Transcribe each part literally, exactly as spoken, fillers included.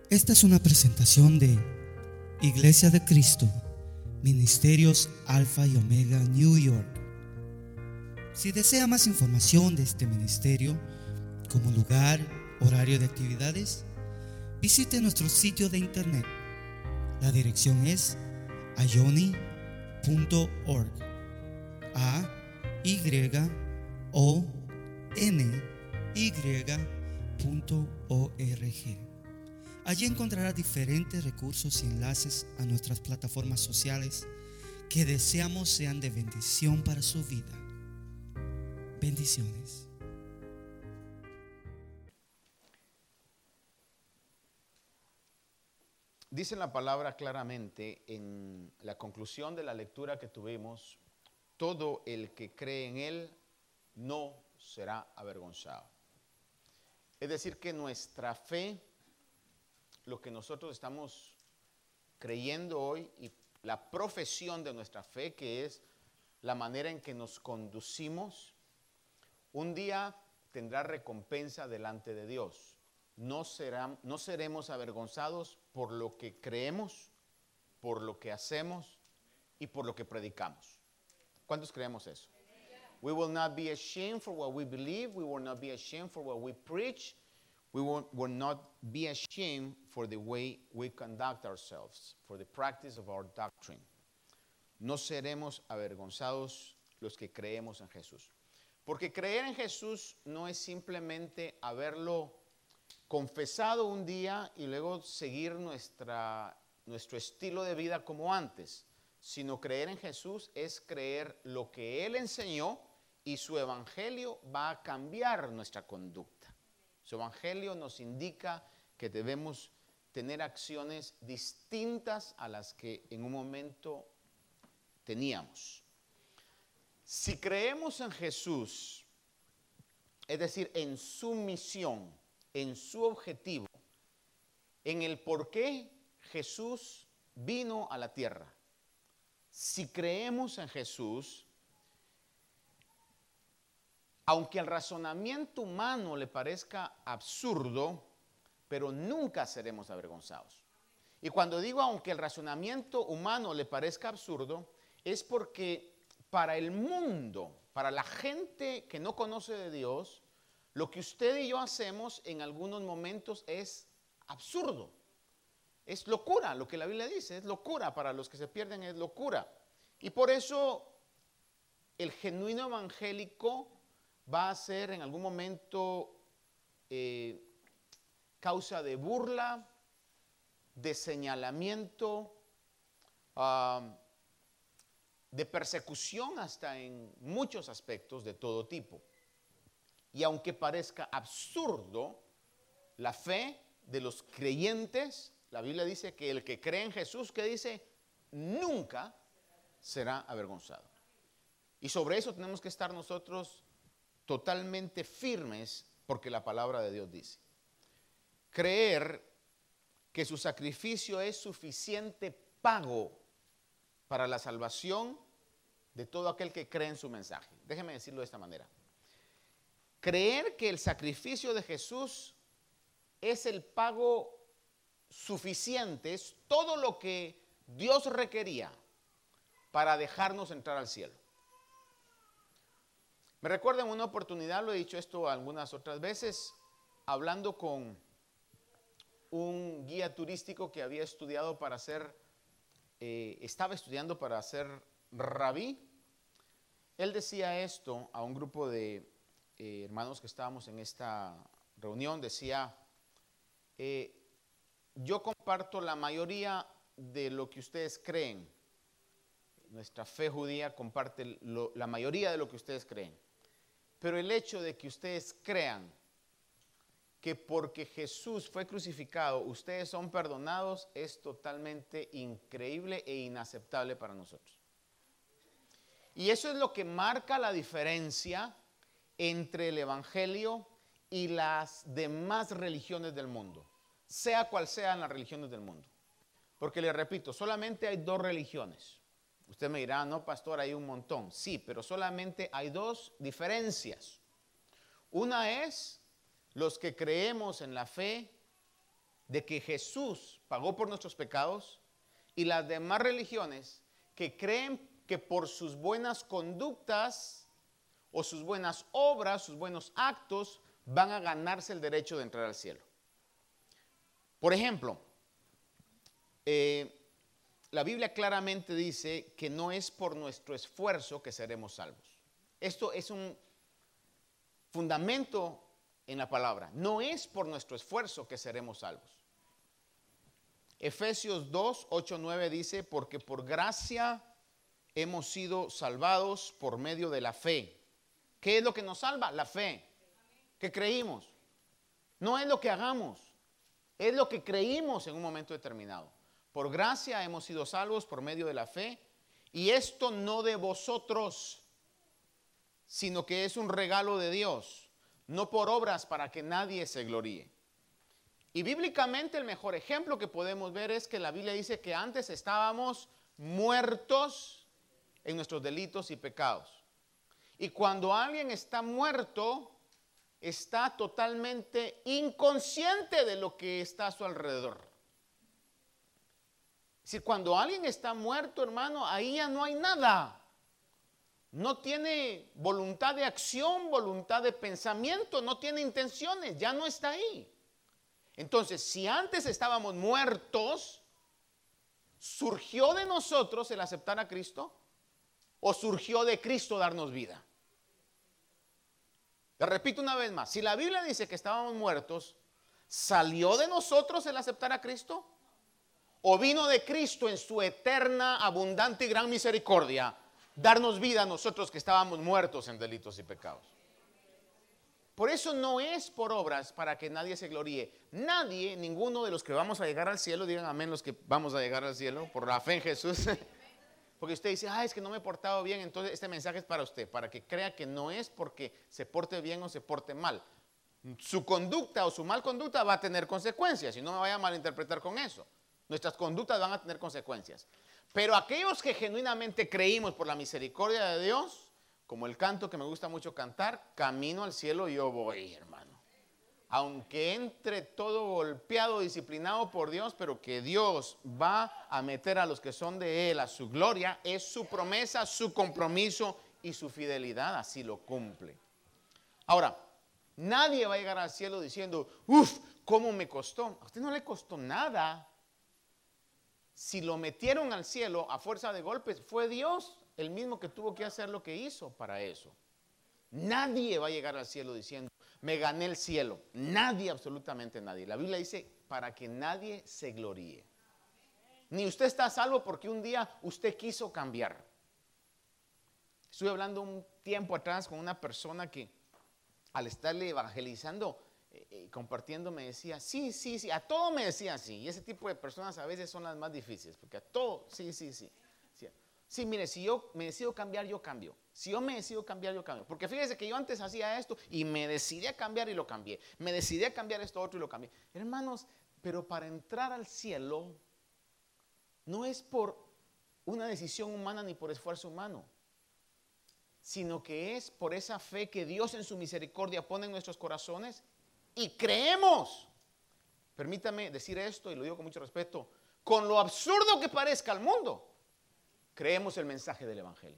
Esta es una presentación de Iglesia de Cristo, Ministerios Alfa y Omega, New York. Si desea más información de este ministerio, como lugar, horario de actividades, visite nuestro sitio de internet. La dirección es ayoni punto org. A Y O N Y punto org. Allí encontrará diferentes recursos y enlaces a nuestras plataformas sociales que deseamos sean de bendición para su vida. Bendiciones. Dice la palabra claramente en la conclusión de la lectura que tuvimos: todo el que cree en Él no será avergonzado. Es decir, que nuestra fe, lo que nosotros estamos creyendo hoy y la profesión de nuestra fe, que es la manera en que nos conducimos, un día tendrá recompensa delante de Dios. No será, no seremos avergonzados por lo que creemos, por lo que hacemos y por lo que predicamos. ¿Cuántos creemos eso? We will not be ashamed for what we believe. We will not be ashamed for what we preach. We will, will not be ashamed for the way we conduct ourselves, for the practice of our doctrine. No seremos avergonzados los que creemos en Jesús. Porque creer en Jesús no es simplemente haberlo confesado un día y luego seguir nuestra, nuestro estilo de vida como antes, sino creer en Jesús es creer lo que Él enseñó, y su evangelio va a cambiar nuestra conducta. Su evangelio nos indica que debemos tener acciones distintas a las que en un momento teníamos. Si creemos en Jesús, es decir, en su misión, en su objetivo, en el por qué Jesús vino a la tierra, si creemos en Jesús, aunque el razonamiento humano le parezca absurdo, pero nunca seremos avergonzados. Y cuando digo aunque el razonamiento humano le parezca absurdo, es porque para el mundo, para la gente que no conoce de Dios, lo que usted y yo hacemos en algunos momentos es absurdo. Es locura, lo que la Biblia dice, es locura. Para los que se pierden es locura. Y por eso el genuino evangélico va a ser en algún momento eh, causa de burla, de señalamiento, uh, de persecución hasta en muchos aspectos de todo tipo. Y aunque parezca absurdo, la fe de los creyentes, la Biblia dice que el que cree en Jesús, que dice, nunca será avergonzado. Y sobre eso tenemos que estar nosotros totalmente firmes, porque la palabra de Dios dice. Creer que su sacrificio es suficiente pago para la salvación de todo aquel que cree en su mensaje. Déjeme decirlo de esta manera. Creer que el sacrificio de Jesús es el pago suficiente, es todo lo que Dios requería para dejarnos entrar al cielo. Me recuerdo en una oportunidad, lo he dicho esto algunas otras veces, hablando con un guía turístico que había estudiado para ser, eh, estaba estudiando para ser rabí. Él decía esto a un grupo de eh, hermanos que estábamos en esta reunión, decía, eh, yo comparto la mayoría de lo que ustedes creen. Nuestra fe judía comparte lo, la mayoría de lo que ustedes creen. Pero el hecho de que ustedes crean que porque Jesús fue crucificado, ustedes son perdonados, es totalmente increíble e inaceptable para nosotros. Y eso es lo que marca la diferencia entre el evangelio y las demás religiones del mundo, sea cual sean las religiones del mundo. Porque les repito, solamente hay dos religiones. Usted me dirá, no, pastor, hay un montón. Sí, pero solamente hay dos diferencias. Una es los que creemos en la fe de que Jesús pagó por nuestros pecados, y las demás religiones que creen que por sus buenas conductas o sus buenas obras, sus buenos actos, van a ganarse el derecho de entrar al cielo. Por ejemplo, eh, la Biblia claramente dice que no es por nuestro esfuerzo que seremos salvos. Esto es un fundamento en la palabra. No es por nuestro esfuerzo que seremos salvos. Efesios dos, ocho, nueve dice, porque por gracia hemos sido salvados por medio de la fe. ¿Qué es lo que nos salva? La fe. Que creímos. No es lo que hagamos, es lo que creímos en un momento determinado. Por gracia hemos sido salvos por medio de la fe, y esto no de vosotros, sino que es un regalo de Dios, no por obras para que nadie se gloríe. Y bíblicamente el mejor ejemplo que podemos ver es que la Biblia dice que antes estábamos muertos en nuestros delitos y pecados. Y cuando alguien está muerto, está totalmente inconsciente de lo que está a su alrededor. Es decir, cuando alguien está muerto, hermano, ahí ya no hay nada. No tiene voluntad de acción, voluntad de pensamiento, no tiene intenciones, ya no está ahí. Entonces, si antes estábamos muertos, ¿surgió de nosotros el aceptar a Cristo? ¿O surgió de Cristo darnos vida? Le repito una vez más, si la Biblia dice que estábamos muertos, ¿salió de nosotros el aceptar a Cristo? ¿O vino de Cristo en su eterna, abundante y gran misericordia darnos vida a nosotros que estábamos muertos en delitos y pecados? Por eso no es por obras para que nadie se gloríe. Nadie, ninguno de los que vamos a llegar al cielo, digan amén los que vamos a llegar al cielo por la fe en Jesús. Porque usted dice, ah, es que no me he portado bien, entonces este mensaje es para usted, para que crea que no es porque se porte bien o se porte mal. Su conducta o su mal conducta va a tener consecuencias, y no me vaya a malinterpretar con eso. Nuestras conductas van a tener consecuencias. Pero aquellos que genuinamente creímos por la misericordia de Dios, como el canto que me gusta mucho cantar, camino al cielo yo voy, hermano. Aunque entre todo golpeado, disciplinado por Dios, pero que Dios va a meter a los que son de Él a su gloria, es su promesa, su compromiso y su fidelidad, así lo cumple. Ahora, nadie va a llegar al cielo diciendo, uff, ¿cómo me costó? A usted no le costó nada. Si lo metieron al cielo a fuerza de golpes, fue Dios el mismo que tuvo que hacer lo que hizo para eso. Nadie va a llegar al cielo diciendo, me gané el cielo. Nadie, absolutamente nadie. La Biblia dice, para que nadie se gloríe. Ni usted está a salvo porque un día usted quiso cambiar. Estuve hablando un tiempo atrás con una persona que al estarle evangelizando, eh, eh, compartiendo, me decía, sí, sí, sí, a todo me decía sí. Y ese tipo de personas a veces son las más difíciles, porque a todo, sí, sí, sí. Sí, sí, mire, si yo me decido cambiar, yo cambio. Si yo me decido cambiar, yo cambio. Porque fíjese que yo antes hacía esto y me decidí a cambiar y lo cambié. Me decidí a cambiar esto otro y lo cambié. Hermanos, pero para entrar al cielo no es por una decisión humana ni por esfuerzo humano, sino que es por esa fe que Dios en su misericordia pone en nuestros corazones y creemos. Permítame decir esto, y lo digo con mucho respeto, con lo absurdo que parezca al mundo, creemos el mensaje del Evangelio.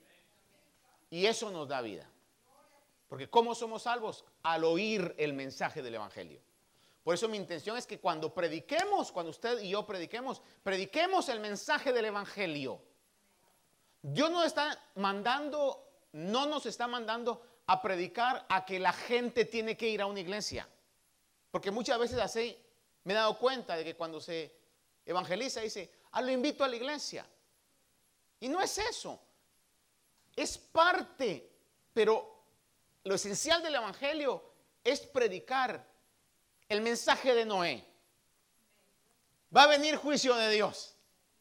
Y eso nos da vida. Porque ¿cómo somos salvos? Al oír el mensaje del Evangelio. Por eso mi intención es que cuando prediquemos, cuando usted y yo prediquemos, prediquemos el mensaje del Evangelio. Dios nos está mandando, no nos está mandando a predicar a que la gente tiene que ir a una iglesia. Porque muchas veces así me he dado cuenta de que cuando se evangeliza dice, ah, lo invito a la iglesia. Y no es eso. Es parte, pero lo esencial del Evangelio es predicar el mensaje de Noé. Va a venir juicio de Dios.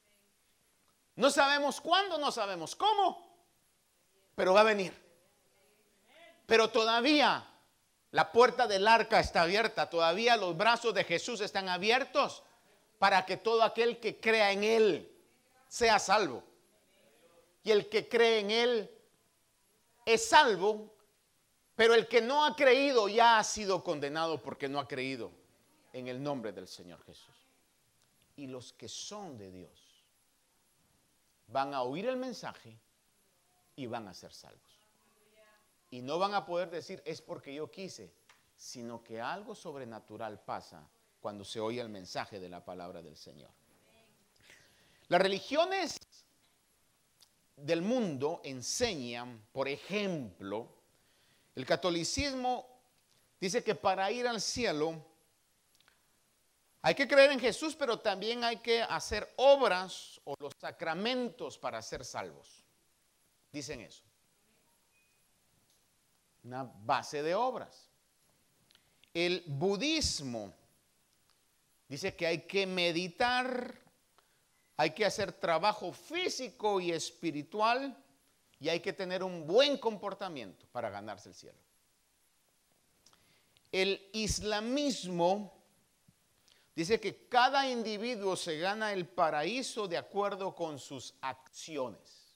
No sabemos cuándo, no sabemos cómo, pero va a venir. Pero todavía la puerta del arca está abierta, todavía los brazos de Jesús están abiertos para que todo aquel que crea en Él sea salvo. Y el que cree en Él es salvo, pero el que no ha creído ya ha sido condenado porque no ha creído en el nombre del Señor Jesús. Y los que son de Dios van a oír el mensaje y van a ser salvos. Y no van a poder decir, es porque yo quise, sino que algo sobrenatural pasa cuando se oye el mensaje de la palabra del Señor. Las religiones del mundo enseñan, por ejemplo, el catolicismo dice que para ir al cielo hay que creer en Jesús, pero también hay que hacer obras o los sacramentos para ser salvos. Dicen eso. Una base de obras. El budismo dice que hay que meditar, hay que hacer trabajo físico y espiritual y hay que tener un buen comportamiento para ganarse el cielo. El islamismo dice que cada individuo se gana el paraíso de acuerdo con sus acciones.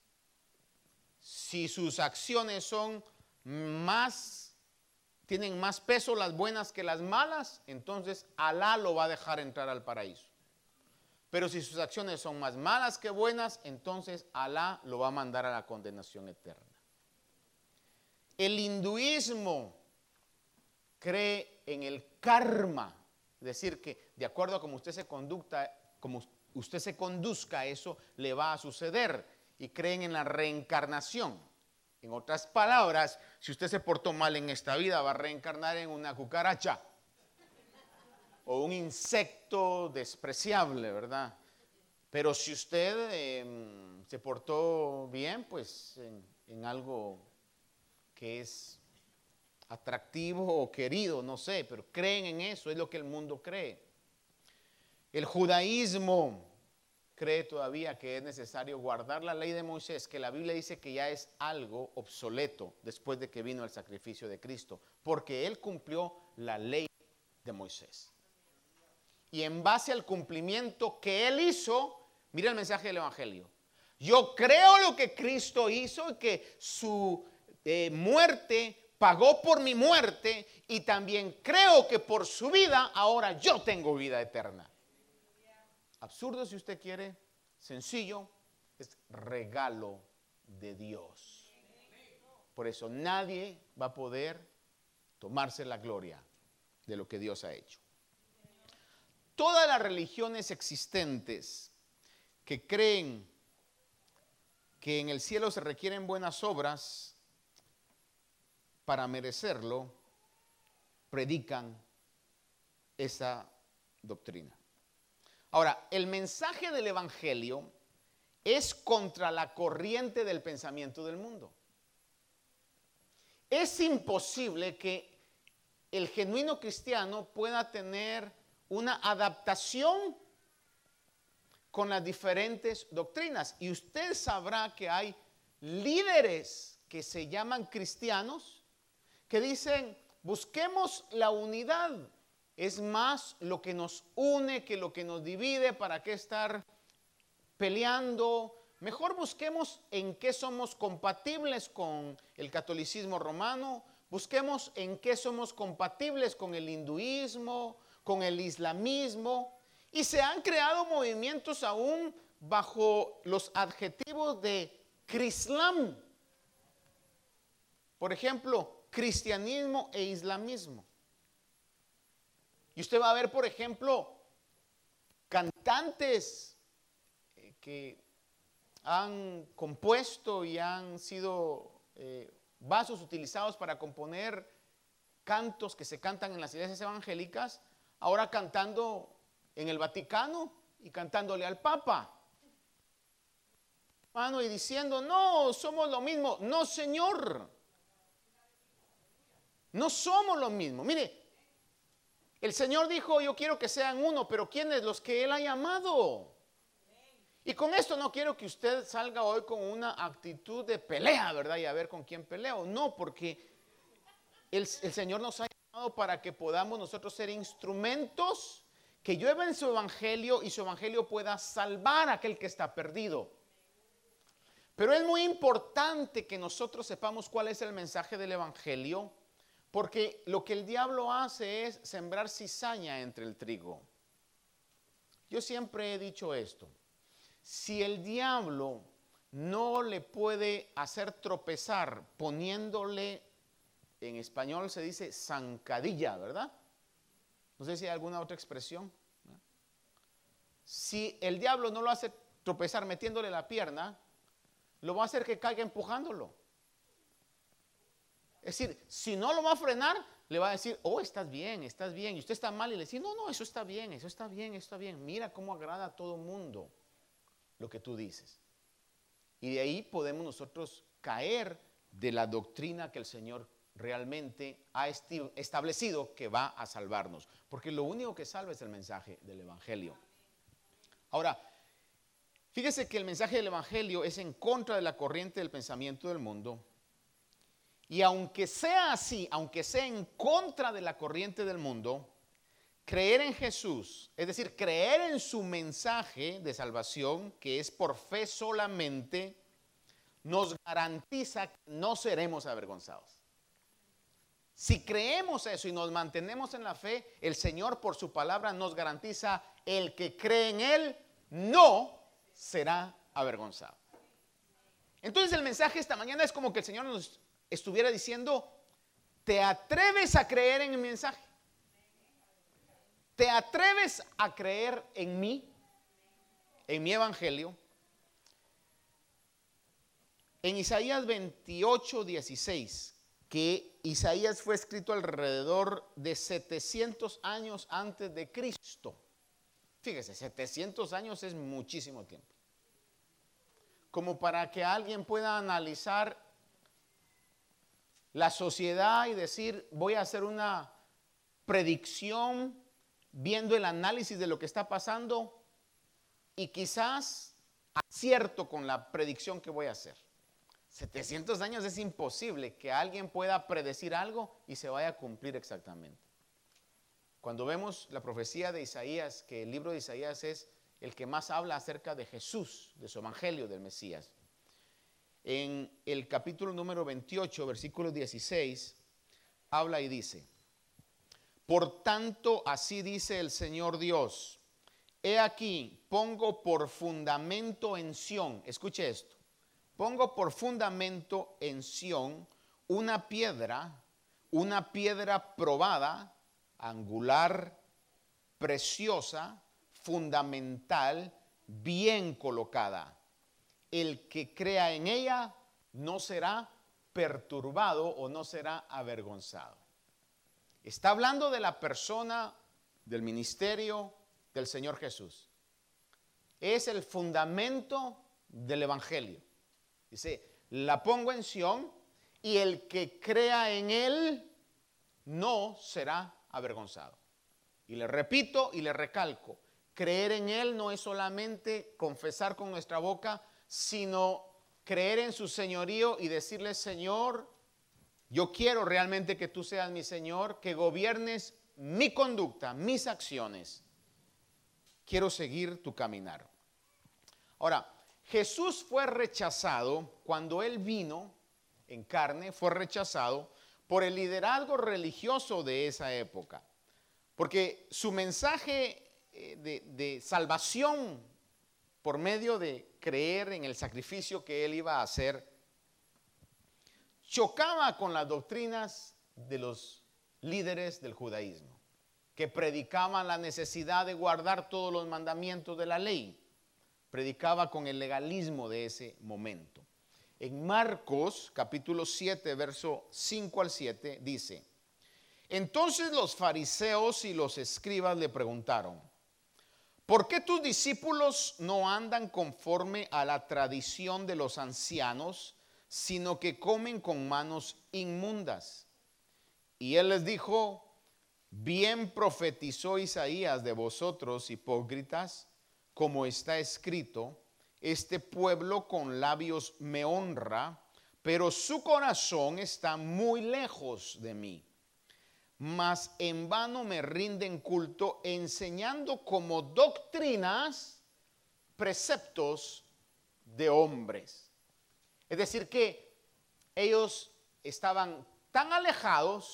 Si sus acciones son más, tienen más peso las buenas que las malas, entonces Alá lo va a dejar entrar al paraíso. Pero si sus acciones son más malas que buenas, entonces Alá lo va a mandar a la condenación eterna. El hinduismo cree en el karma, es decir, que de acuerdo a cómo usted se conducta, como usted se conduzca, eso le va a suceder, y creen en la reencarnación. En otras palabras, si usted se portó mal en esta vida, va a reencarnar en una cucaracha o un insecto despreciable, ¿verdad? Pero si usted eh, se portó bien, pues en, en algo que es atractivo o querido, no sé, pero creen en eso, es lo que el mundo cree. El judaísmo cree todavía que es necesario guardar la ley de Moisés, que la Biblia dice que ya es algo obsoleto después de que vino el sacrificio de Cristo, porque Él cumplió la ley de Moisés. Y en base al cumplimiento que Él hizo, mira el mensaje del Evangelio. Yo creo lo que Cristo hizo y que su eh, muerte pagó por mi muerte, y también creo que por su vida ahora yo tengo vida eterna. Absurdo si usted quiere, sencillo, es regalo de Dios. Por eso nadie va a poder tomarse la gloria de lo que Dios ha hecho. Todas las religiones existentes que creen que en el cielo se requieren buenas obras para merecerlo, predican esa doctrina. Ahora, el mensaje del Evangelio es contra la corriente del pensamiento del mundo. Es imposible que el genuino cristiano pueda tener una adaptación con las diferentes doctrinas. Y usted sabrá que hay líderes que se llaman cristianos que dicen, busquemos la unidad. Es más lo que nos une que lo que nos divide. ¿Para qué estar peleando? Mejor busquemos en qué somos compatibles con el catolicismo romano. Busquemos en qué somos compatibles con el hinduismo, con el islamismo. Y se han creado movimientos aún bajo los adjetivos de Crislam. Por ejemplo, cristianismo e islamismo. Y usted va a ver, por ejemplo, cantantes que han compuesto y han sido eh, vasos utilizados para componer cantos que se cantan en las iglesias evangélicas, ahora cantando en el Vaticano y cantándole al Papa. Hermano, y diciendo, no, somos lo mismo. No, Señor. No somos lo mismo. Mire, el Señor dijo, yo quiero que sean uno, pero ¿quiénes? Los que Él ha llamado. Y con esto no quiero que usted salga hoy con una actitud de pelea, ¿verdad? Y a ver con quién peleo. No, porque el, el Señor nos ha llamado para que podamos nosotros ser instrumentos que llueven su evangelio y su evangelio pueda salvar a aquel que está perdido. Pero es muy importante que nosotros sepamos cuál es el mensaje del evangelio, Porque lo que el diablo hace es sembrar cizaña entre el trigo. Yo siempre he dicho esto. Si el diablo no le puede hacer tropezar poniéndole, en español se dice zancadilla, ¿verdad? No sé si hay alguna otra expresión. Si el diablo no lo hace tropezar metiéndole la pierna, lo va a hacer que caiga empujándolo. Es decir, si no lo va a frenar, le va a decir, oh, estás bien, estás bien. Y usted está mal y le dice, no, no, eso está bien, eso está bien, eso está bien. Mira cómo agrada a todo mundo lo que tú dices. Y de ahí podemos nosotros caer de la doctrina que el Señor realmente ha establecido que va a salvarnos. Porque lo único que salva es el mensaje del Evangelio. Ahora, fíjese que el mensaje del Evangelio es en contra de la corriente del pensamiento del mundo. Y aunque sea así, aunque sea en contra de la corriente del mundo, creer en Jesús, es decir, creer en su mensaje de salvación, que es por fe solamente, nos garantiza que no seremos avergonzados. Si creemos eso y nos mantenemos en la fe, el Señor por su palabra nos garantiza, el que cree en Él no será avergonzado. Entonces el mensaje esta mañana es como que el Señor nos estuviera diciendo, ¿te atreves a creer en mi mensaje? ¿Te atreves a creer en mí? En mi evangelio. En Isaías veintiocho, dieciséis, que Isaías fue escrito alrededor de setecientos años antes de Cristo. Fíjese, setecientos años es muchísimo tiempo. Como para que alguien pueda analizar la sociedad y decir, voy a hacer una predicción viendo el análisis de lo que está pasando y quizás acierto con la predicción que voy a hacer. setecientos años es imposible que alguien pueda predecir algo y se vaya a cumplir exactamente. Cuando vemos la profecía de Isaías, que el libro de Isaías es el que más habla acerca de Jesús, de su evangelio, del Mesías. En el capítulo número veintiocho, versículo dieciséis, habla y dice, por tanto, así dice el Señor Dios, he aquí, pongo por fundamento en Sión, escuche esto, pongo por fundamento en Sión una piedra, una piedra probada, angular, preciosa, fundamental, bien colocada. El que crea en ella no será perturbado o no será avergonzado. Está hablando de la persona, del ministerio del Señor Jesús. Es el fundamento del evangelio. Dice, la pongo en Sión y el que crea en él no será avergonzado. Y le repito y le recalco, creer en él no es solamente confesar con nuestra boca, sino creer en su señorío y decirle, Señor, yo quiero realmente que tú seas mi Señor, que gobiernes mi conducta, mis acciones. Quiero seguir tu caminar. Ahora, Jesús fue rechazado cuando Él vino en carne, fue rechazado por el liderazgo religioso de esa época. Porque su mensaje de, de salvación por medio de creer en el sacrificio que Él iba a hacer, chocaba con las doctrinas de los líderes del judaísmo, que predicaban la necesidad de guardar todos los mandamientos de la ley. Predicaba con el legalismo de ese momento. En Marcos capítulo siete, verso cinco al siete, dice, entonces los fariseos y los escribas le preguntaron, ¿por qué tus discípulos no andan conforme a la tradición de los ancianos, sino que comen con manos inmundas? Y él les dijo, bien profetizó Isaías de vosotros, hipócritas, como está escrito, este pueblo con labios me honra, pero su corazón está muy lejos de mí. Mas en vano me rinden culto enseñando como doctrinas preceptos de hombres. Es decir que ellos estaban tan alejados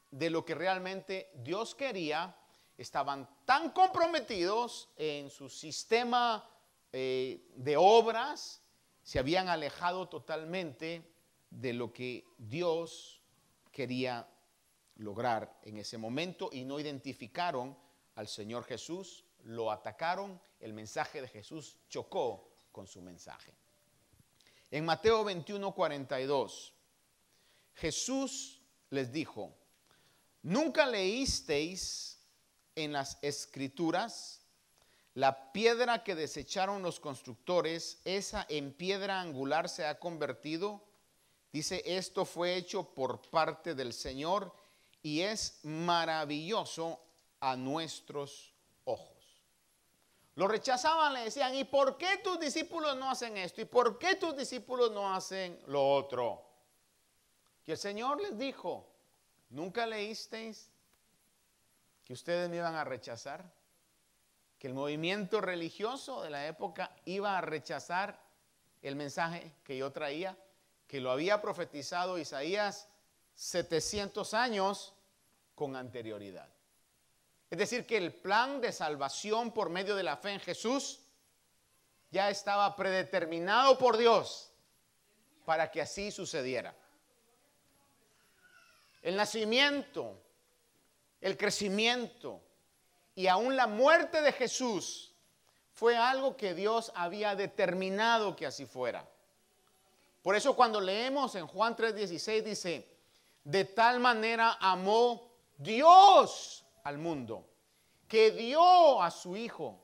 de lo que realmente Dios quería, estaban tan comprometidos en su sistema eh, de obras, se habían alejado totalmente de lo que Dios quería lograr en ese momento y no identificaron al Señor Jesús, lo atacaron, el mensaje de Jesús chocó con su mensaje. En Mateo veintiuno, cuarenta y dos, Jesús les dijo: ¿nunca leísteis en las Escrituras la piedra que desecharon los constructores, esa en piedra angular se ha convertido? Dice, esto fue hecho por parte del Señor y es maravilloso a nuestros ojos. Lo rechazaban, le decían, ¿y por qué tus discípulos no hacen esto? ¿Y por qué tus discípulos no hacen lo otro? Y el Señor les dijo, ¿nunca leísteis que ustedes me iban a rechazar? Que el movimiento religioso de la época iba a rechazar el mensaje que yo traía, que lo había profetizado Isaías setecientos años con anterioridad. Es decir, que el plan de salvación por medio de la fe en Jesús ya estaba predeterminado por Dios para que así sucediera. El nacimiento, el crecimiento y aún la muerte de Jesús fue algo que Dios había determinado que así fuera. Por eso cuando leemos en Juan tres dieciséis dice, de tal manera amó Dios al mundo, que dio a su Hijo.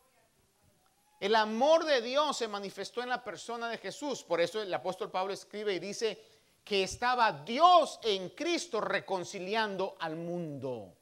El amor de Dios se manifestó en la persona de Jesús. Por eso el apóstol Pablo escribe y dice que estaba Dios en Cristo reconciliando al mundo.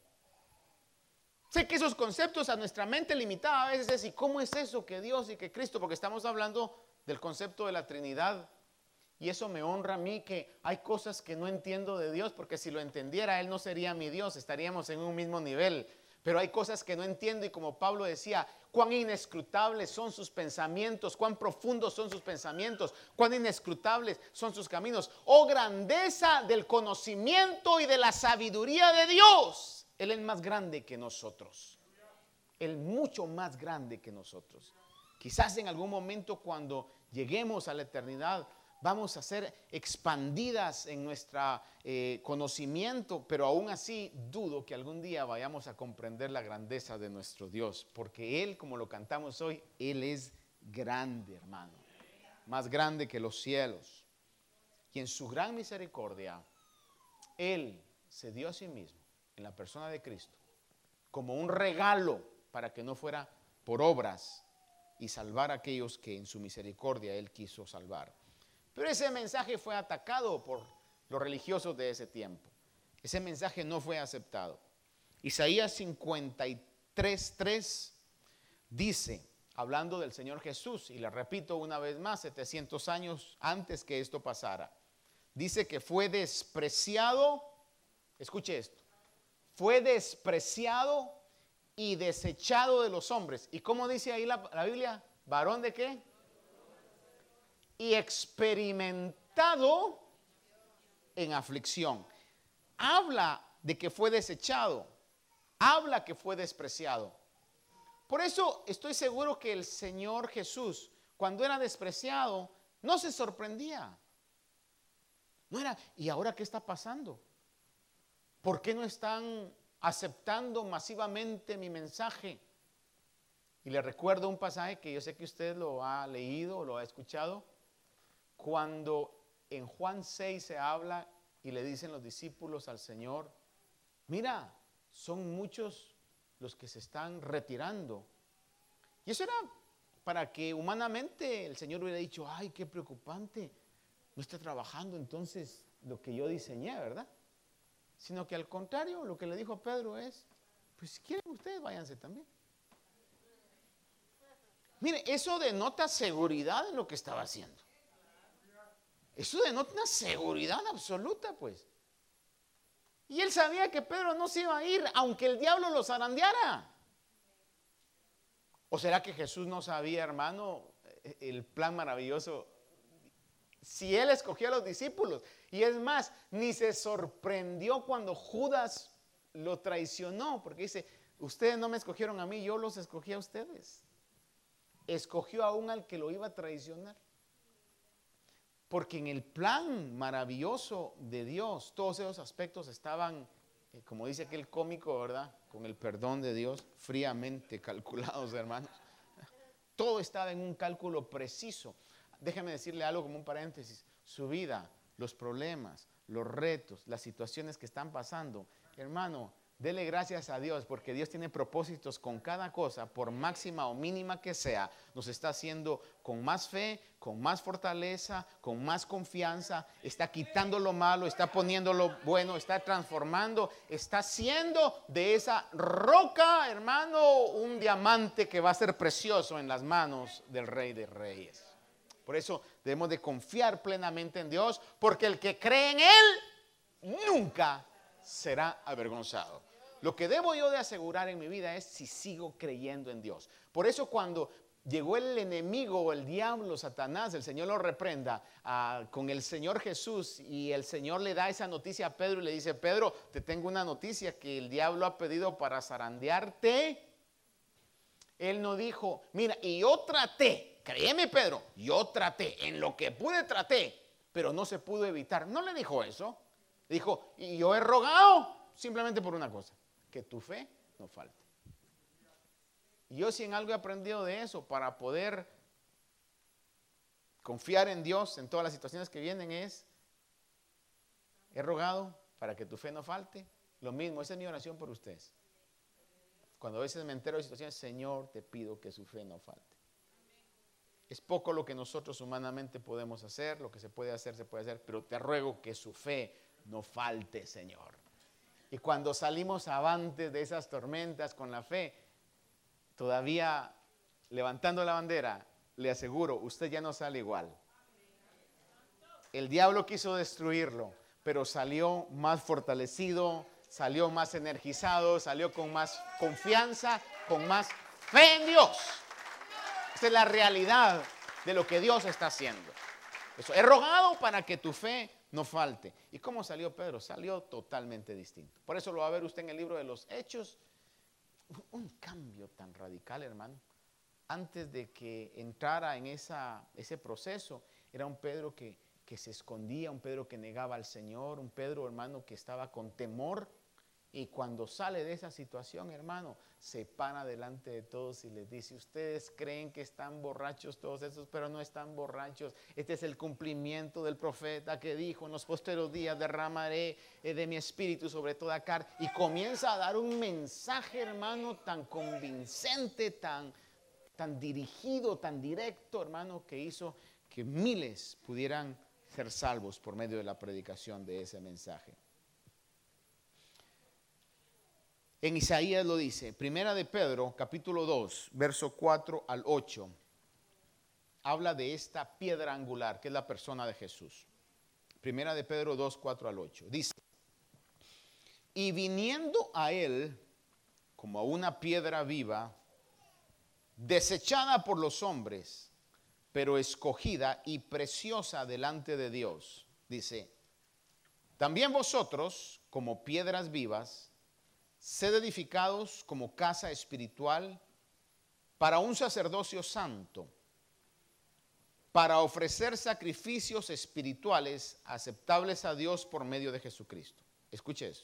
Sé que esos conceptos a nuestra mente limitada a veces es, ¿y cómo es eso que Dios y que Cristo? Porque estamos hablando del concepto de la Trinidad. Y eso me honra a mí, que hay cosas que no entiendo de Dios, porque si lo entendiera, Él no sería mi Dios, estaríamos en un mismo nivel. Pero hay cosas que no entiendo y como Pablo decía, cuán inescrutables son sus pensamientos, cuán profundos son sus pensamientos, cuán inescrutables son sus caminos. Oh grandeza del conocimiento y de la sabiduría de Dios. Él es más grande que nosotros. Él mucho más grande que nosotros. Quizás en algún momento cuando lleguemos a la eternidad, vamos a ser expandidas en nuestro eh, conocimiento, pero aún así dudo que algún día vayamos a comprender la grandeza de nuestro Dios, porque Él, como lo cantamos hoy, Él es grande, hermano, más grande que los cielos. Y en su gran misericordia, Él se dio a sí mismo, en la persona de Cristo, como un regalo para que no fuera por obras y salvar a aquellos que en su misericordia Él quiso salvar. Pero ese mensaje fue atacado por los religiosos de ese tiempo. Ese mensaje no fue aceptado. Isaías cincuenta y tres, tres dice, hablando del Señor Jesús, y le repito una vez más, setecientos años antes que esto pasara, dice que fue despreciado, escuche esto, fue despreciado y desechado de los hombres. ¿Y cómo dice ahí la, la Biblia? ¿Varón de qué? Y experimentado en aflicción. Habla de que fue desechado. Habla que fue despreciado. Por eso estoy seguro que el Señor Jesús, cuando era despreciado, no se sorprendía. No era, ¿y ahora qué está pasando? ¿Por qué no están aceptando masivamente mi mensaje? Y le recuerdo un pasaje que yo sé que usted lo ha leído o lo ha escuchado. Cuando en Juan seis se habla y le dicen los discípulos al Señor, mira, son muchos los que se están retirando. Y eso era para que humanamente el Señor hubiera dicho, ay, qué preocupante, no está trabajando entonces lo que yo diseñé, ¿verdad? Sino que al contrario, lo que le dijo Pedro es, pues si quieren ustedes, váyanse también. Mire, eso denota seguridad en lo que estaba haciendo. Eso denota una seguridad absoluta, pues. Y él sabía que Pedro no se iba a ir, aunque el diablo lo zarandeara. ¿O será que Jesús no sabía, hermano, el plan maravilloso Si Él escogió a los discípulos. Y es más, ni se sorprendió cuando Judas lo traicionó, porque dice, ustedes no me escogieron a mí, yo los escogí a ustedes. Escogió aún al que lo iba a traicionar. Porque en el plan maravilloso de Dios, todos esos aspectos estaban, eh, como dice aquel cómico, ¿verdad? Con el perdón de Dios, fríamente calculados, hermanos. Todo estaba en un cálculo preciso. Déjeme decirle algo como un paréntesis. Su vida, los problemas, los retos, las situaciones que están pasando, hermano, dele gracias a Dios porque Dios tiene propósitos con cada cosa, por máxima o mínima que sea. Nos está haciendo con más fe, con más fortaleza, con más confianza. Está quitando lo malo, está poniendo lo bueno, está transformando, está haciendo de esa roca, hermano, un diamante que va a ser precioso en las manos del Rey de Reyes. Por eso debemos de confiar plenamente en Dios, porque el que cree en Él nunca será avergonzado. Lo que debo yo de asegurar en mi vida es si sigo creyendo en Dios. Por eso cuando llegó el enemigo, el diablo, Satanás, el Señor lo reprenda uh, con el Señor Jesús, y el Señor le da esa noticia a Pedro y le dice, Pedro, te tengo una noticia que el diablo ha pedido para zarandearte. Él no dijo, mira, y yo traté, créeme Pedro, yo traté, en lo que pude traté, pero no se pudo evitar. No le dijo eso. Dijo, y yo he rogado simplemente por una cosa, que tu fe no falte. Y yo si en algo he aprendido de eso para poder confiar en Dios en todas las situaciones que vienen es, he rogado para que tu fe no falte. Lo mismo, esa es mi oración por ustedes. Cuando a veces me entero de situaciones, Señor, te pido que su fe no falte. Es poco lo que nosotros humanamente podemos hacer, lo que se puede hacer, se puede hacer, pero te ruego que su fe no falte, Señor. Y cuando salimos avante de esas tormentas con la fe, todavía levantando la bandera, le aseguro, usted ya no sale igual. El diablo quiso destruirlo, pero salió más fortalecido, salió más energizado, salió con más confianza, con más fe en Dios. Esa es la realidad de lo que Dios está haciendo. Eso, he rogado para que tu fe no falte. ¿Y cómo salió Pedro? Salió totalmente distinto. Por eso lo va a ver usted en el libro de los Hechos. Un cambio tan radical, hermano. Antes de que entrara en esa, ese proceso, era un Pedro que, que se escondía, un Pedro que negaba al Señor, un Pedro, hermano, que estaba con temor. Y cuando sale de esa situación, hermano, se para delante de todos y les dice, ustedes creen que están borrachos todos esos, pero no están borrachos. Este es el cumplimiento del profeta que dijo, en los posteros días derramaré de mi espíritu sobre toda carne. Y comienza a dar un mensaje, hermano, tan convincente, tan, tan dirigido, tan directo, hermano, que hizo que miles pudieran ser salvos por medio de la predicación de ese mensaje. En Isaías lo dice, Primera de Pedro, capítulo dos, verso cuatro al ocho, habla de esta piedra angular, que es la persona de Jesús. Primera de Pedro dos, cuatro al ocho, dice, y viniendo a él como a una piedra viva, desechada por los hombres, pero escogida y preciosa delante de Dios, dice, también vosotros, como piedras vivas, sed edificados como casa espiritual para un sacerdocio santo, para ofrecer sacrificios espirituales aceptables a Dios por medio de Jesucristo. Escuche eso.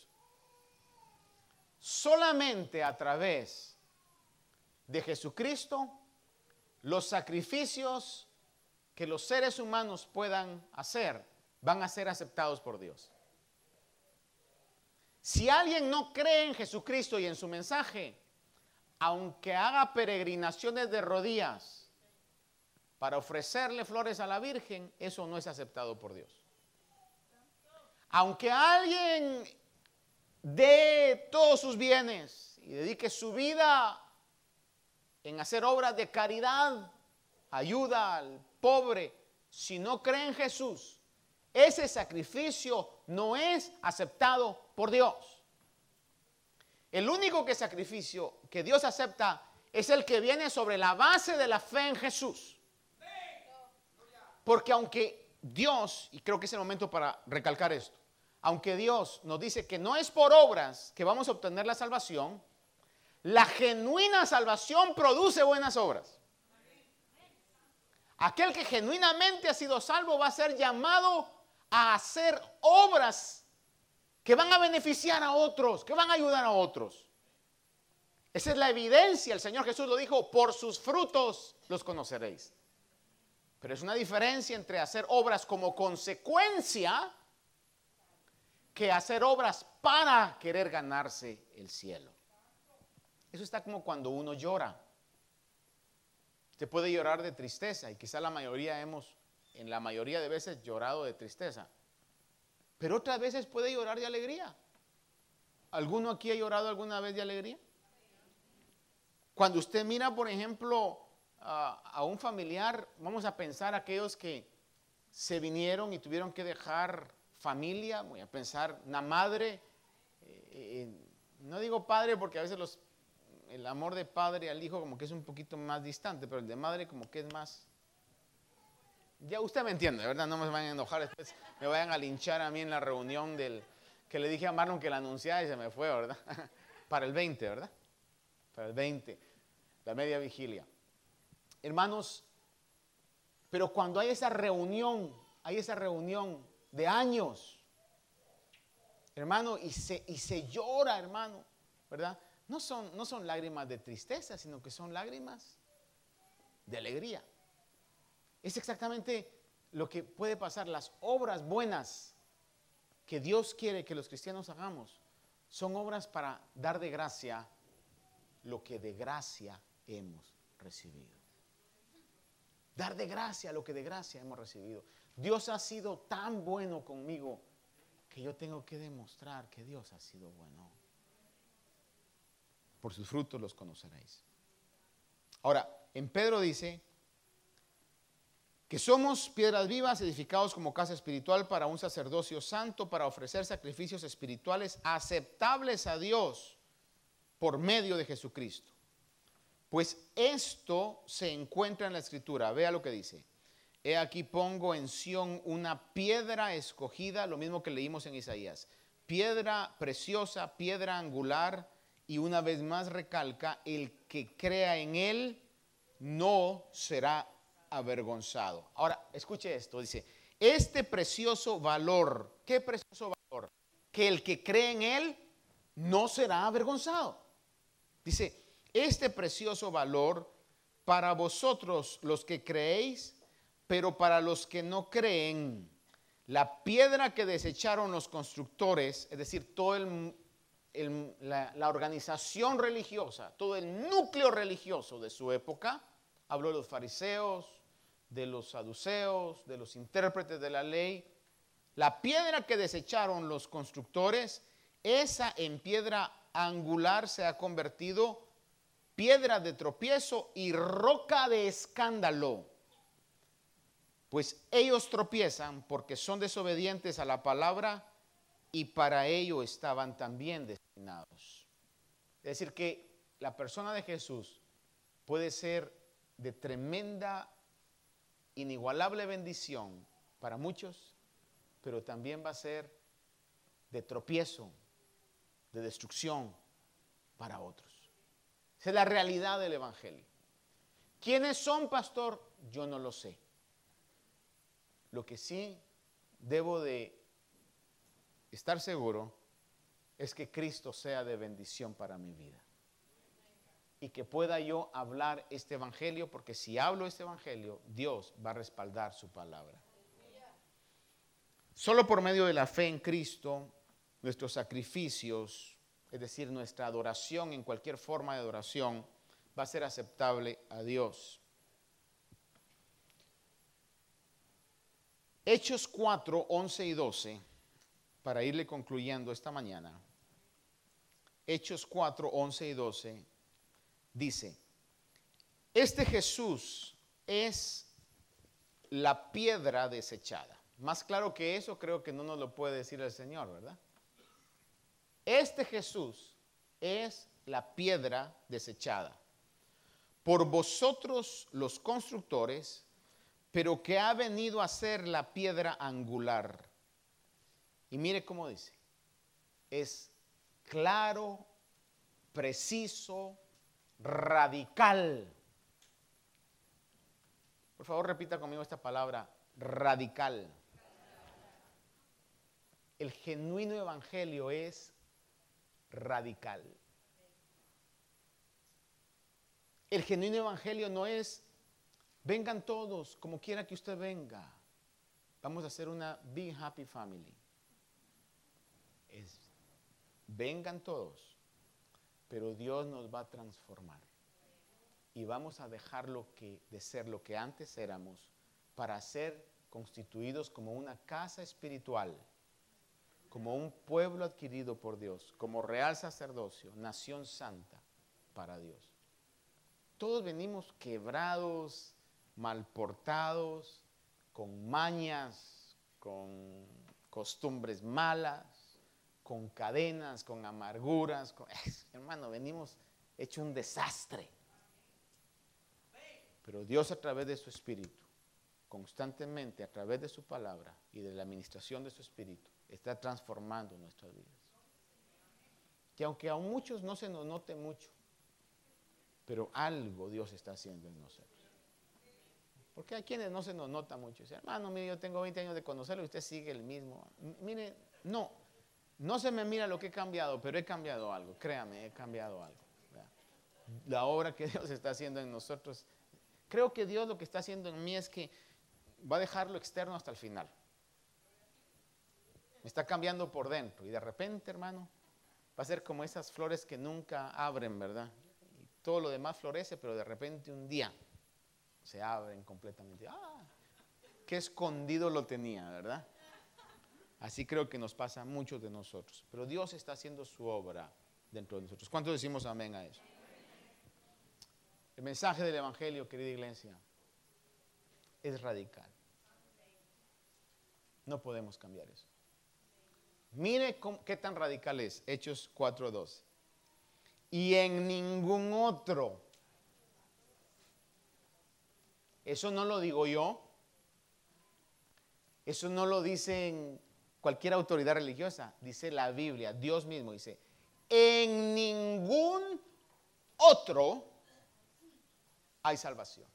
Solamente a través de Jesucristo, los sacrificios que los seres humanos puedan hacer van a ser aceptados por Dios. Si alguien no cree en Jesucristo y en su mensaje, aunque haga peregrinaciones de rodillas para ofrecerle flores a la Virgen, eso no es aceptado por Dios. Aunque alguien dé todos sus bienes y dedique su vida en hacer obras de caridad, ayuda al pobre, si no cree en Jesús, ese sacrificio no es aceptado por Dios. El único que sacrificio que Dios acepta es el que viene sobre la base de la fe en Jesús. Porque aunque Dios, y creo que es el momento para recalcar esto, aunque Dios nos dice que no es por obras que vamos a obtener la salvación, la genuina salvación produce buenas obras. Aquel que genuinamente ha sido salvo va a ser llamado a hacer obras que van a beneficiar a otros, que van a ayudar a otros. Esa es la evidencia. El Señor Jesús lo dijo, por sus frutos los conoceréis. Pero es una diferencia entre hacer obras como consecuencia que hacer obras para querer ganarse el cielo. Eso está como cuando uno llora. Usted puede llorar de tristeza y quizá la mayoría hemos, en la mayoría de veces, llorado de tristeza. Pero otras veces puede llorar de alegría. ¿Alguno aquí ha llorado alguna vez de alegría? Cuando usted mira, por ejemplo, a, a un familiar, vamos a pensar aquellos que se vinieron y tuvieron que dejar familia, voy a pensar una madre, eh, eh, no digo padre porque a veces los, el amor de padre al hijo como que es un poquito más distante, pero el de madre como que es más, ya usted me entiende, ¿verdad? No me vayan a enojar, después me vayan a linchar a mí en la reunión del que le dije a Marlon que la anunciara y se me fue, ¿verdad? Para el veinte, ¿verdad? Para el veinte, la media vigilia. Hermanos, pero cuando hay esa reunión, hay esa reunión de años, hermano, y se, y se llora, hermano, ¿verdad? No son, no son lágrimas de tristeza, sino que son lágrimas de alegría. Es exactamente lo que puede pasar. Las obras buenas que Dios quiere que los cristianos hagamos son obras para dar de gracia lo que de gracia hemos recibido. Dar de gracia lo que de gracia hemos recibido. Dios ha sido tan bueno conmigo que yo tengo que demostrar que Dios ha sido bueno. Por sus frutos los conoceréis. Ahora, en Pedro dice que somos piedras vivas edificados como casa espiritual para un sacerdocio santo, para ofrecer sacrificios espirituales aceptables a Dios por medio de Jesucristo. Pues esto se encuentra en la Escritura. Vea lo que dice. He aquí pongo en Sión una piedra escogida, lo mismo que leímos en Isaías. Piedra preciosa, piedra angular, y una vez más recalca, el que crea en él no será avergonzado. Ahora, escuche esto, dice, este precioso valor, ¿qué precioso valor? Que el que cree en él no será avergonzado. Dice, este precioso valor para vosotros los que creéis, pero para los que no creen, la piedra que desecharon los constructores, es decir, todo el, el, la, la organización religiosa, todo el núcleo religioso de su época, habló de los fariseos, de los saduceos, de los intérpretes de la ley, la piedra que desecharon los constructores, esa en piedra angular se ha convertido piedra de tropiezo y roca de escándalo. Pues ellos tropiezan porque son desobedientes a la palabra y para ello estaban también destinados. Es decir, que la persona de Jesús puede ser de tremenda, inigualable bendición para muchos, pero también va a ser de tropiezo, de destrucción para otros. Esa es la realidad del Evangelio. ¿Quiénes son, pastor? Yo no lo sé. Lo que sí debo de estar seguro es que Cristo sea de bendición para mi vida. Y que pueda yo hablar este evangelio, porque si hablo este evangelio, Dios va a respaldar su palabra. Solo por medio de la fe en Cristo, nuestros sacrificios, es decir, nuestra adoración en cualquier forma de adoración, va a ser aceptable a Dios. Hechos cuatro, once y doce, para irle concluyendo esta mañana. Hechos cuatro, once y doce, dice, este Jesús es la piedra desechada. Más claro que eso creo que no nos lo puede decir el Señor, ¿verdad? Este Jesús es la piedra desechada por vosotros los constructores, pero que ha venido a ser la piedra angular. Y mire cómo dice, es claro, preciso, radical. Por favor, repita conmigo esta palabra, radical. El genuino evangelio es radical. El genuino evangelio no es, vengan todos, como quiera que usted venga. Vamos a hacer una big happy family. Es, vengan todos, pero Dios nos va a transformar. Y vamos a dejar lo que, de ser lo que antes éramos para ser constituidos como una casa espiritual, como un pueblo adquirido por Dios, como real sacerdocio, nación santa para Dios. Todos venimos quebrados, mal portados, con mañas, con costumbres malas, con cadenas, con amarguras. Con, eh, hermano, venimos hecho un desastre. Pero Dios, a través de su Espíritu, constantemente a través de su palabra y de la administración de su Espíritu, está transformando nuestras vidas. Que aunque a muchos no se nos note mucho, pero algo Dios está haciendo en nosotros. Porque hay quienes no se nos nota mucho. Dice, hermano, mire, yo tengo veinte años de conocerlo y usted sigue el mismo. M- mire, no, no se me mira lo que he cambiado, pero he cambiado algo. Créame, he cambiado algo. ¿Verdad? La obra que Dios está haciendo en nosotros, creo que Dios lo que está haciendo en mí es que va a dejar lo externo hasta el final. Me está cambiando por dentro y de repente, hermano, va a ser como esas flores que nunca abren, ¿verdad? Y todo lo demás florece, pero de repente un día se abren completamente. ¡Ah! Qué escondido lo tenía, ¿verdad? Así creo que nos pasa a muchos de nosotros. Pero Dios está haciendo su obra dentro de nosotros. ¿Cuántos decimos amén a eso? El mensaje del Evangelio, querida iglesia, es radical. No podemos cambiar eso. Mire cómo, qué tan radical es. Hechos cuatro doce. Y en ningún otro. Eso no lo digo yo. Eso no lo dice cualquier autoridad religiosa. Dice la Biblia. Dios mismo dice. En ningún otro hay salvación.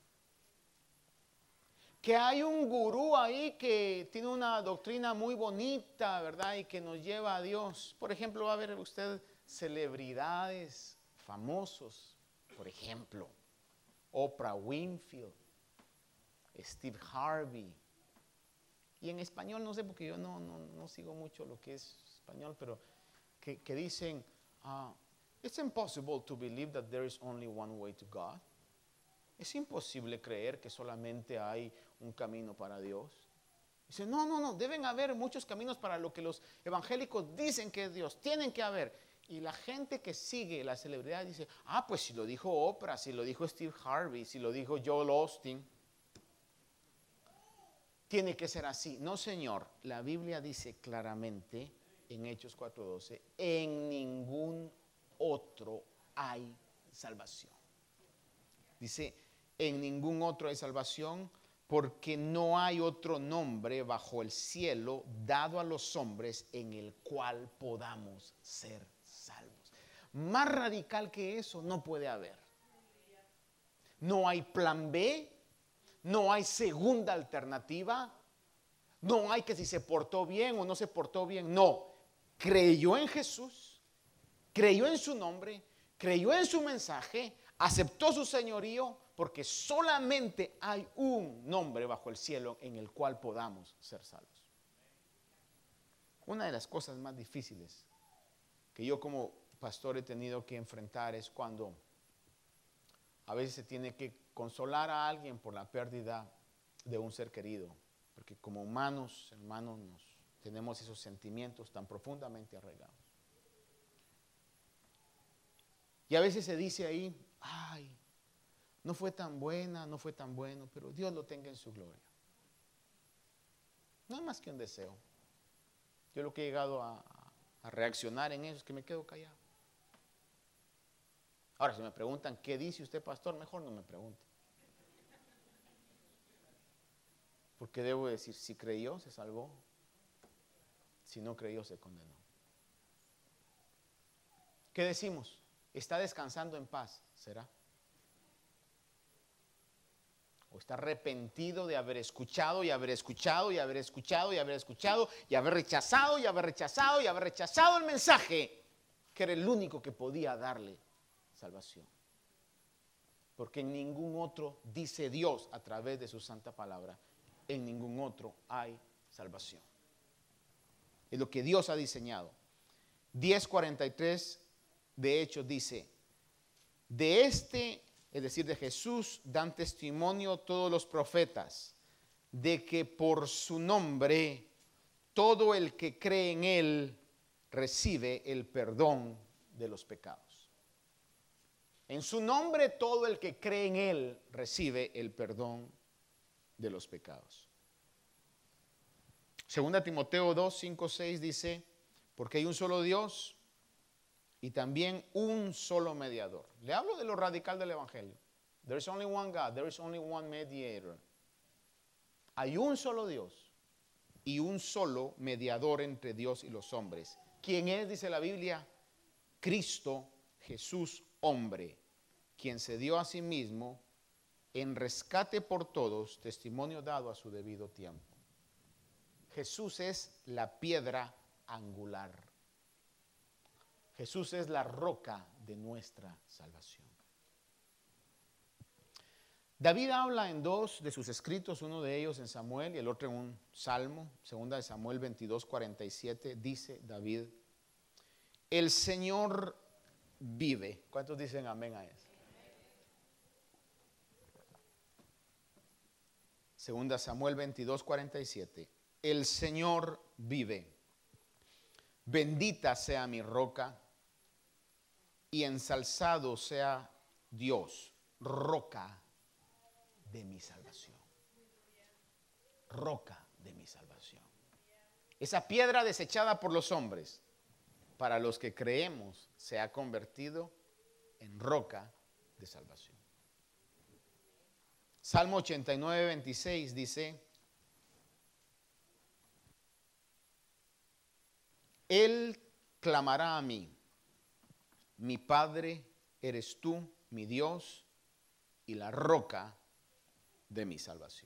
Que hay un gurú ahí que tiene una doctrina muy bonita, ¿verdad? Y que nos lleva a Dios. Por ejemplo, va a ver usted celebridades famosos. Por ejemplo, Oprah Winfrey, Steve Harvey. Y en español, no sé, porque yo no, no, no sigo mucho lo que es español, pero que, que dicen, uh, it's impossible to believe that there is only one way to God. Es imposible creer que solamente hay un camino para Dios. Dice, no, no, no, deben haber muchos caminos para lo que los evangélicos dicen que es Dios. Tienen que haber. Y la gente que sigue la celebridad dice, ah, pues si lo dijo Oprah, si lo dijo Steve Harvey, si lo dijo Joel Osteen, tiene que ser así. No, señor, la Biblia dice claramente en Hechos cuatro doce, en ningún otro hay salvación. Dice, en ningún otro hay salvación, porque no hay otro nombre bajo el cielo dado a los hombres en el cual podamos ser salvos. Más radical que eso no puede haber. No hay plan B, no hay segunda alternativa, no hay que si se portó bien o no se portó bien. No, creyó en Jesús, creyó en su nombre, creyó en su mensaje, aceptó su señorío, porque solamente hay un nombre bajo el cielo en el cual podamos ser salvos. Una de las cosas más difíciles que yo como pastor he tenido que enfrentar es cuando a veces se tiene que consolar a alguien por la pérdida de un ser querido, porque como humanos, hermanos, nos, tenemos esos sentimientos tan profundamente arraigados. Y a veces se dice ahí, ay, no fue tan buena, no fue tan bueno, pero Dios lo tenga en su gloria. No es más que un deseo. Yo lo que he llegado a, a reaccionar en eso es que me quedo callado. Ahora, si me preguntan, ¿qué dice usted, pastor? Mejor no me pregunte. Porque debo decir, si creyó, se salvó. Si no creyó, se condenó. ¿Qué decimos? ¿Está descansando en paz? ¿Será? ¿O está arrepentido de haber escuchado y haber escuchado y haber escuchado y haber escuchado y haber rechazado y haber rechazado y haber rechazado el mensaje que era el único que podía darle salvación? Porque en ningún otro, dice Dios a través de su santa palabra, en ningún otro hay salvación. Es lo que Dios ha diseñado. diez cuarenta y tres de Hechos dice, de este, es decir, de Jesús, dan testimonio todos los profetas, de que por su nombre todo el que cree en él recibe el perdón de los pecados. En su nombre todo el que cree en él recibe el perdón de los pecados. Segunda Timoteo dos, cinco, seis dice, porque hay un solo Dios y también un solo mediador. Le hablo de lo radical del evangelio. There is only one God, there is only one mediator. Hay un solo Dios y un solo mediador entre Dios y los hombres. ¿Quién es? Dice la Biblia, Cristo Jesús hombre, quien se dio a sí mismo en rescate por todos, testimonio dado a su debido tiempo. Jesús es la piedra angular. Jesús es la roca de nuestra salvación. David habla en dos de sus escritos, uno de ellos en Samuel y el otro en un salmo. Segunda de Samuel veintidós, cuarenta y siete, dice David, el Señor vive. ¿Cuántos dicen amén a eso? Segunda Samuel veintidós, cuarenta y siete. El Señor vive. Bendita sea mi roca y ensalzado sea Dios, roca de mi salvación. Roca de mi salvación. Esa piedra desechada por los hombres, para los que creemos, se ha convertido en roca de salvación. Salmo ochenta y nueve, veintiséis dice, Él clamará a mí, mi Padre eres tú, mi Dios y la roca de mi salvación.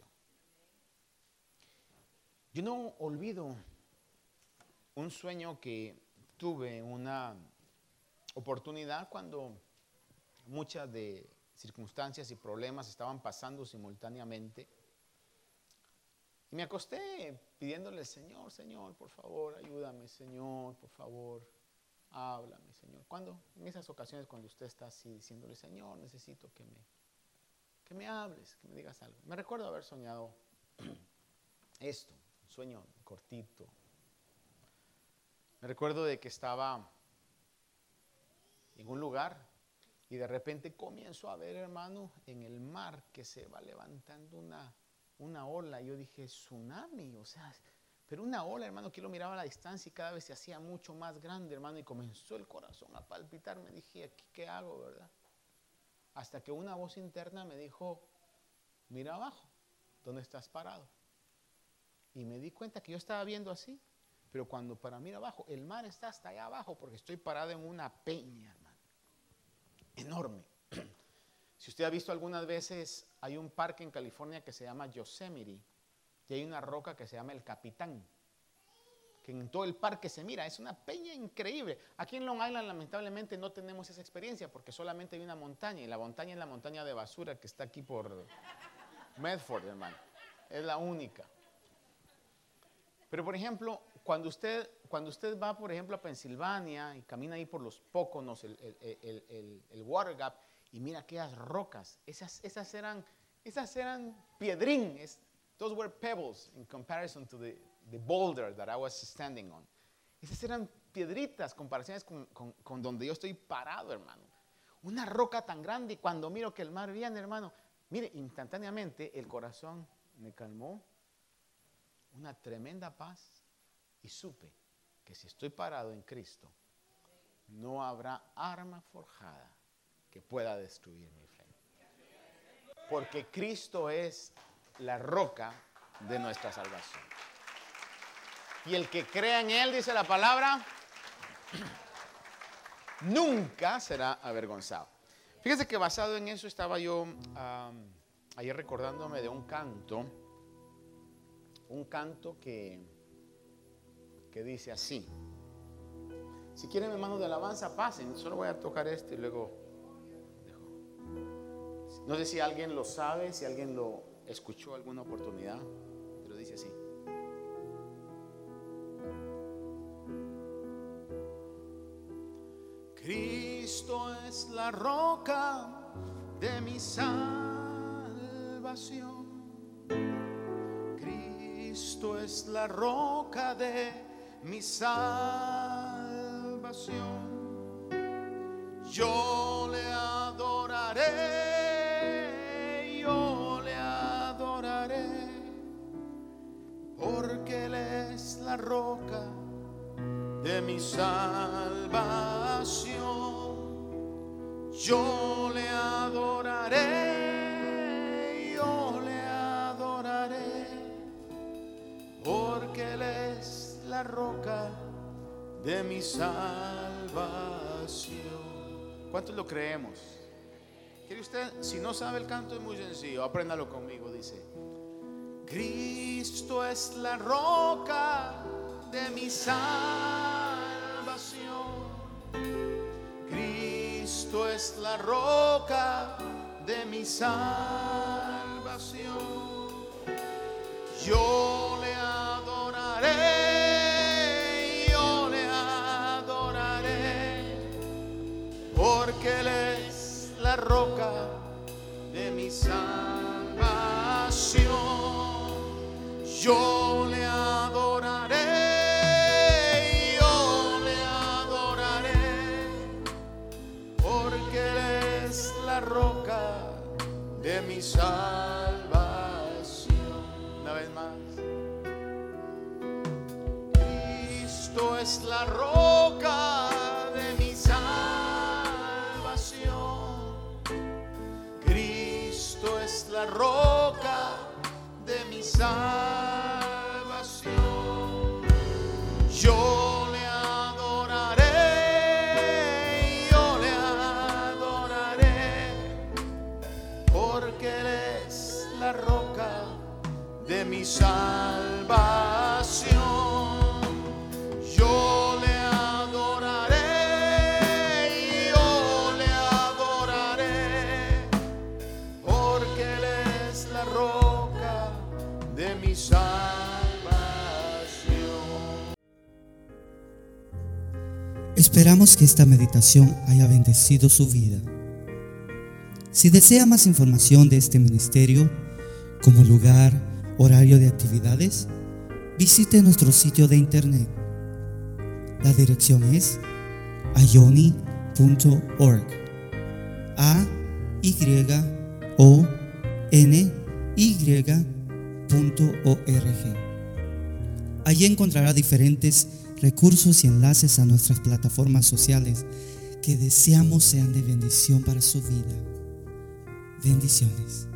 Yo no olvido un sueño que tuve, una oportunidad cuando muchas de circunstancias y problemas estaban pasando simultáneamente. Y me acosté pidiéndole, Señor, Señor, por favor, ayúdame, Señor, por favor, háblame, Señor. Cuando, en esas ocasiones cuando usted está así diciéndole, Señor, necesito que me, que me hables, que me digas algo. Me recuerdo haber soñado esto, un sueño cortito. Me recuerdo de que estaba en un lugar y de repente comienzo a ver, hermano, en el mar que se va levantando una una ola. Yo dije, tsunami, o sea, pero una ola, hermano, que lo miraba a la distancia y cada vez se hacía mucho más grande, hermano, y comenzó el corazón a palpitar. Me dije, ¿aquí qué hago, verdad? Hasta que una voz interna me dijo, mira abajo, ¿dónde estás parado? Y me di cuenta que yo estaba viendo así, pero cuando para mirar abajo, el mar está hasta allá abajo, porque estoy parado en una peña, hermano, enorme. Si usted ha visto algunas veces, hay un parque en California que se llama Yosemite y hay una roca que se llama el Capitán, que en todo el parque se mira, es una peña increíble. Aquí en Long Island lamentablemente no tenemos esa experiencia porque solamente hay una montaña y la montaña es la montaña de basura que está aquí por Medford, hermano. Es la única. Pero por ejemplo, cuando usted, cuando usted va por ejemplo a Pensilvania y camina ahí por los Póconos, el, el, el, el, el Water Gap, y mira aquellas rocas, esas, esas eran, esas eran piedrín, es, those were pebbles in comparison to the, the boulder that I was standing on. Esas eran piedritas, comparaciones con, con, con donde yo estoy parado, hermano. Una roca tan grande y cuando miro que el mar viene, hermano, mire, instantáneamente el corazón me calmó, una tremenda paz y supe que si estoy parado en Cristo, no habrá arma forjada que pueda destruir mi fe. Porque Cristo es la roca de nuestra salvación. Y el que crea en Él, dice la palabra, nunca será avergonzado. Fíjese que basado en eso estaba yo um, ayer recordándome de un canto, un canto que, que dice así. Si quieren, hermanos de alabanza, pasen. Solo voy a tocar este y luego dejo. No sé si alguien lo sabe, si alguien lo escuchó alguna oportunidad, pero dice así. Cristo es la roca de mi salvación. Cristo es la roca de mi salvación. Yo le adoraré, yo le adoraré, porque Él es la roca de mi salvación. Yo le adoraré, yo le adoraré, porque Él es la roca de mi salvación. ¿Cuántos lo creemos? ¿Quiere usted? Si no sabe el canto, es muy sencillo, apréndalo conmigo. Dice: Cristo es la roca de mi salvación. Cristo es la roca de mi salvación. Yo le adoraré, yo le adoraré, porque Él es la roca de mi salvación. Yo le adoraré, yo le adoraré, porque Él es la roca de mi salvación. Una vez más. Cristo es la roca de mi salvación. Cristo es la roca de mi salvación. Yo le adoraré, yo le adoraré, porque Él es la roca de mi salvación. Yo le adoraré, yo le adoraré, porque Él es la roca de mi salvación. Esperamos que esta meditación haya bendecido su vida. Si desea más información de este ministerio, como lugar, horario de actividades, visite nuestro sitio de internet. La dirección es ayoni punto org. A Y O N Y punto org. Allí encontrará diferentes recursos y enlaces a nuestras plataformas sociales que deseamos sean de bendición para su vida. Bendiciones.